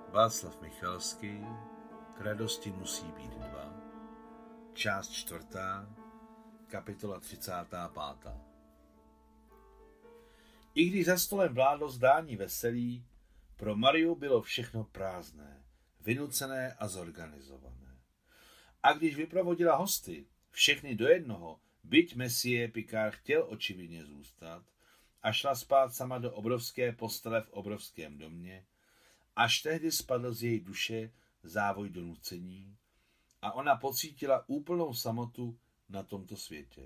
Václav Michalský, K radosti musí být dva, část 4, kapitola 35. I když za stolem vládlo zdání veselí, pro Mariu bylo všechno prázdné, vynucené a zorganizované. A když vyprovodila hosty, všechny do jednoho, byť Messie Picard chtěl očividně zůstat, a šla spát sama do obrovské postele v obrovském domě, až tehdy spadl z její duše závoj donucení a ona pocítila úplnou samotu na tomto světě.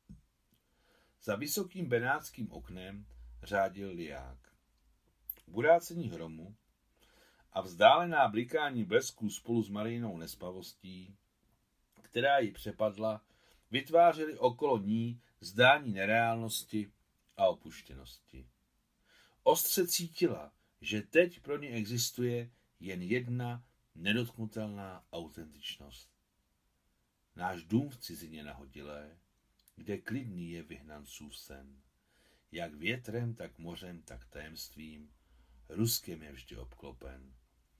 Za vysokým benátským oknem řádil liák. Burácení hromu a vzdálená blikání blesků spolu s Mariinou nespavostí, která ji přepadla, vytvářely okolo ní zdání nereálnosti a opuštěnosti. Ostře cítila, že teď pro ní existuje jen jedna nedotknutelná autentičnost. Náš dům v cizině nahodilé, kde klidný je vyhnancův sen. Jak větrem, tak mořem, tak tajemstvím, Ruskem je vždy obklopen.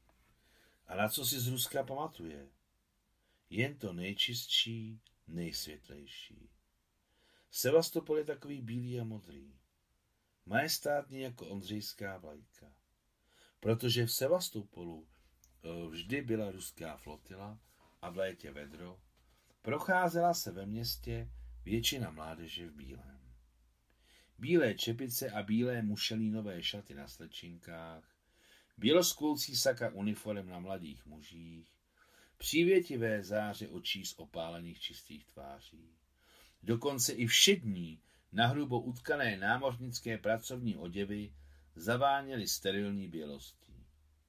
A na co si z Ruska pamatuje? Jen to nejčistší, nejsvětlejší. Sevastopol je takový bílý a modrý. Majestátní jako ondřejská vlajka. Protože v Sevastopolu vždy byla ruská flotila a v létě vedro, procházela se ve městě většina mládeže v bílém. Bílé čepice a bílé mušelínové šaty na slečinkách, běloskloucí saka uniform na mladých mužích, přívětivé záře očí z opálených čistých tváří. Dokonce i všední, nahrubo utkané námořnické pracovní oděvy zaváněly sterilní bělostí.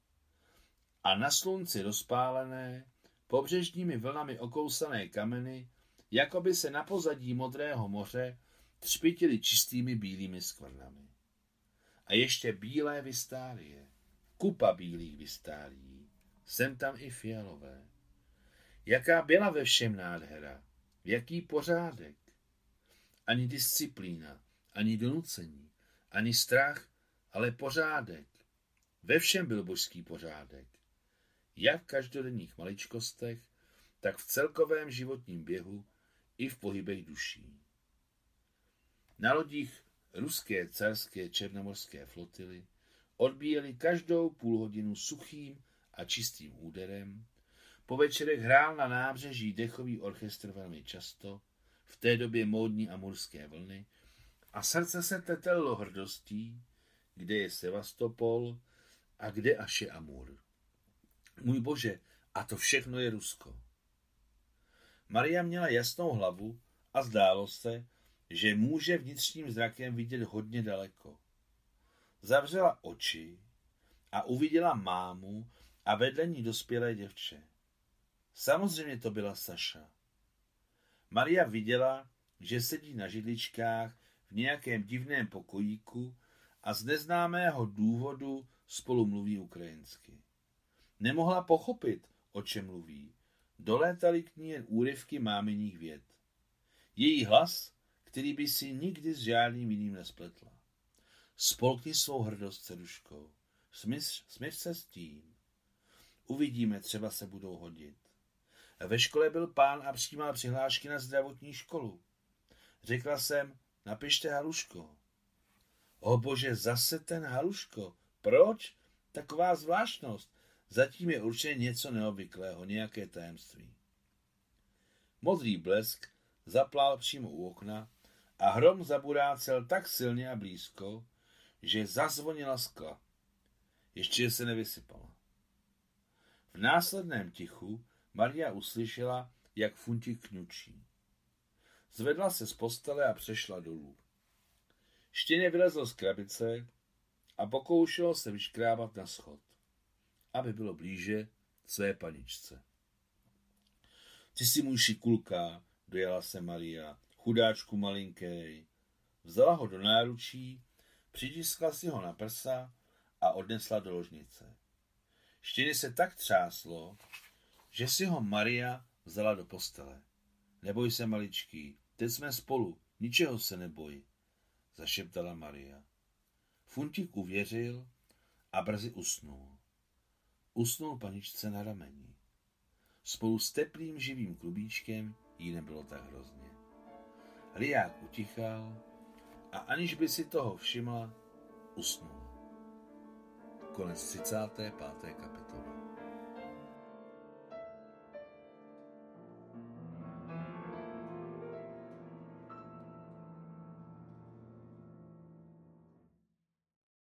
A na slunci rozpálené, pobřežními vlnami okousané kameny, jako by se na pozadí modrého moře třpitily čistými bílými skvrnami. A ještě bílé vystálie, kupa bílých vystálií, sem tam i fialové. Jaká byla ve všem nádhera, jaký pořádek. Ani disciplína, ani donucení, ani strach, ale pořádek. Ve všem byl božský pořádek. Jak v každodenních maličkostech, tak v celkovém životním běhu i v pohybech duší. Na lodích ruské carské černomorské flotily odbíjeli každou půl hodinu suchým a čistým úderem, po večerech hrál na nábřeží dechový orchestr velmi často, v té době módní amurské vlny, a srdce se tetelilo hrdostí, kde je Sevastopol a kde až je Amur. Můj bože, a to všechno je Rusko. Maria měla jasnou hlavu a zdálo se, že může vnitřním zrakem vidět hodně daleko. Zavřela oči a uviděla mámu a vedle ní dospělé děvče. Samozřejmě to byla Saša. Maria viděla, že sedí na židličkách v nějakém divném pokojíku a z neznámého důvodu spolu mluví ukrajinsky. Nemohla pochopit, o čem mluví. Dolétaly k ní jen úryvky máminích vět. Její hlas, který by si nikdy s žádným jiným nespletla. Spolkni svou hrdost, dceruško. Smíř se s tím. Uvidíme, třeba se budou hodit. Ve škole byl pán a přijímal přihlášky na zdravotní školu. Řekla jsem, napište Haluško. O bože, zase ten Haluško. Proč? Taková zvláštnost. Zatím je určitě něco neobvyklého, nějaké tajemství. Modrý blesk zaplál přímo u okna a hrom zaburácel tak silně a blízko, že zazvonila skla. Ještě se nevysypala. V následném tichu Maria uslyšela, jak Funtík kňučí. Zvedla se z postele a přešla dolů. Štěně vylezl z krabice a pokoušelo se vyškrábat na schod, aby bylo blíže své paničce. Ty jsi můj šikulka, dojela se Maria, chudáčku malinkej. Vzala ho do náručí, přitiskla si ho na prsa a odnesla do ložnice. Štěně se tak třáslo, že si ho Maria vzala do postele. Neboj se, maličký, teď jsme spolu, ničeho se neboj, zašeptala Maria. Funtík uvěřil a brzy usnul. usnul paničce na rameni. Spolu s teplým živým klubíčkem jí nebylo tak hrozně. Liák utichal a aniž by si toho všimla, usnul. Konec 35. kapitoly.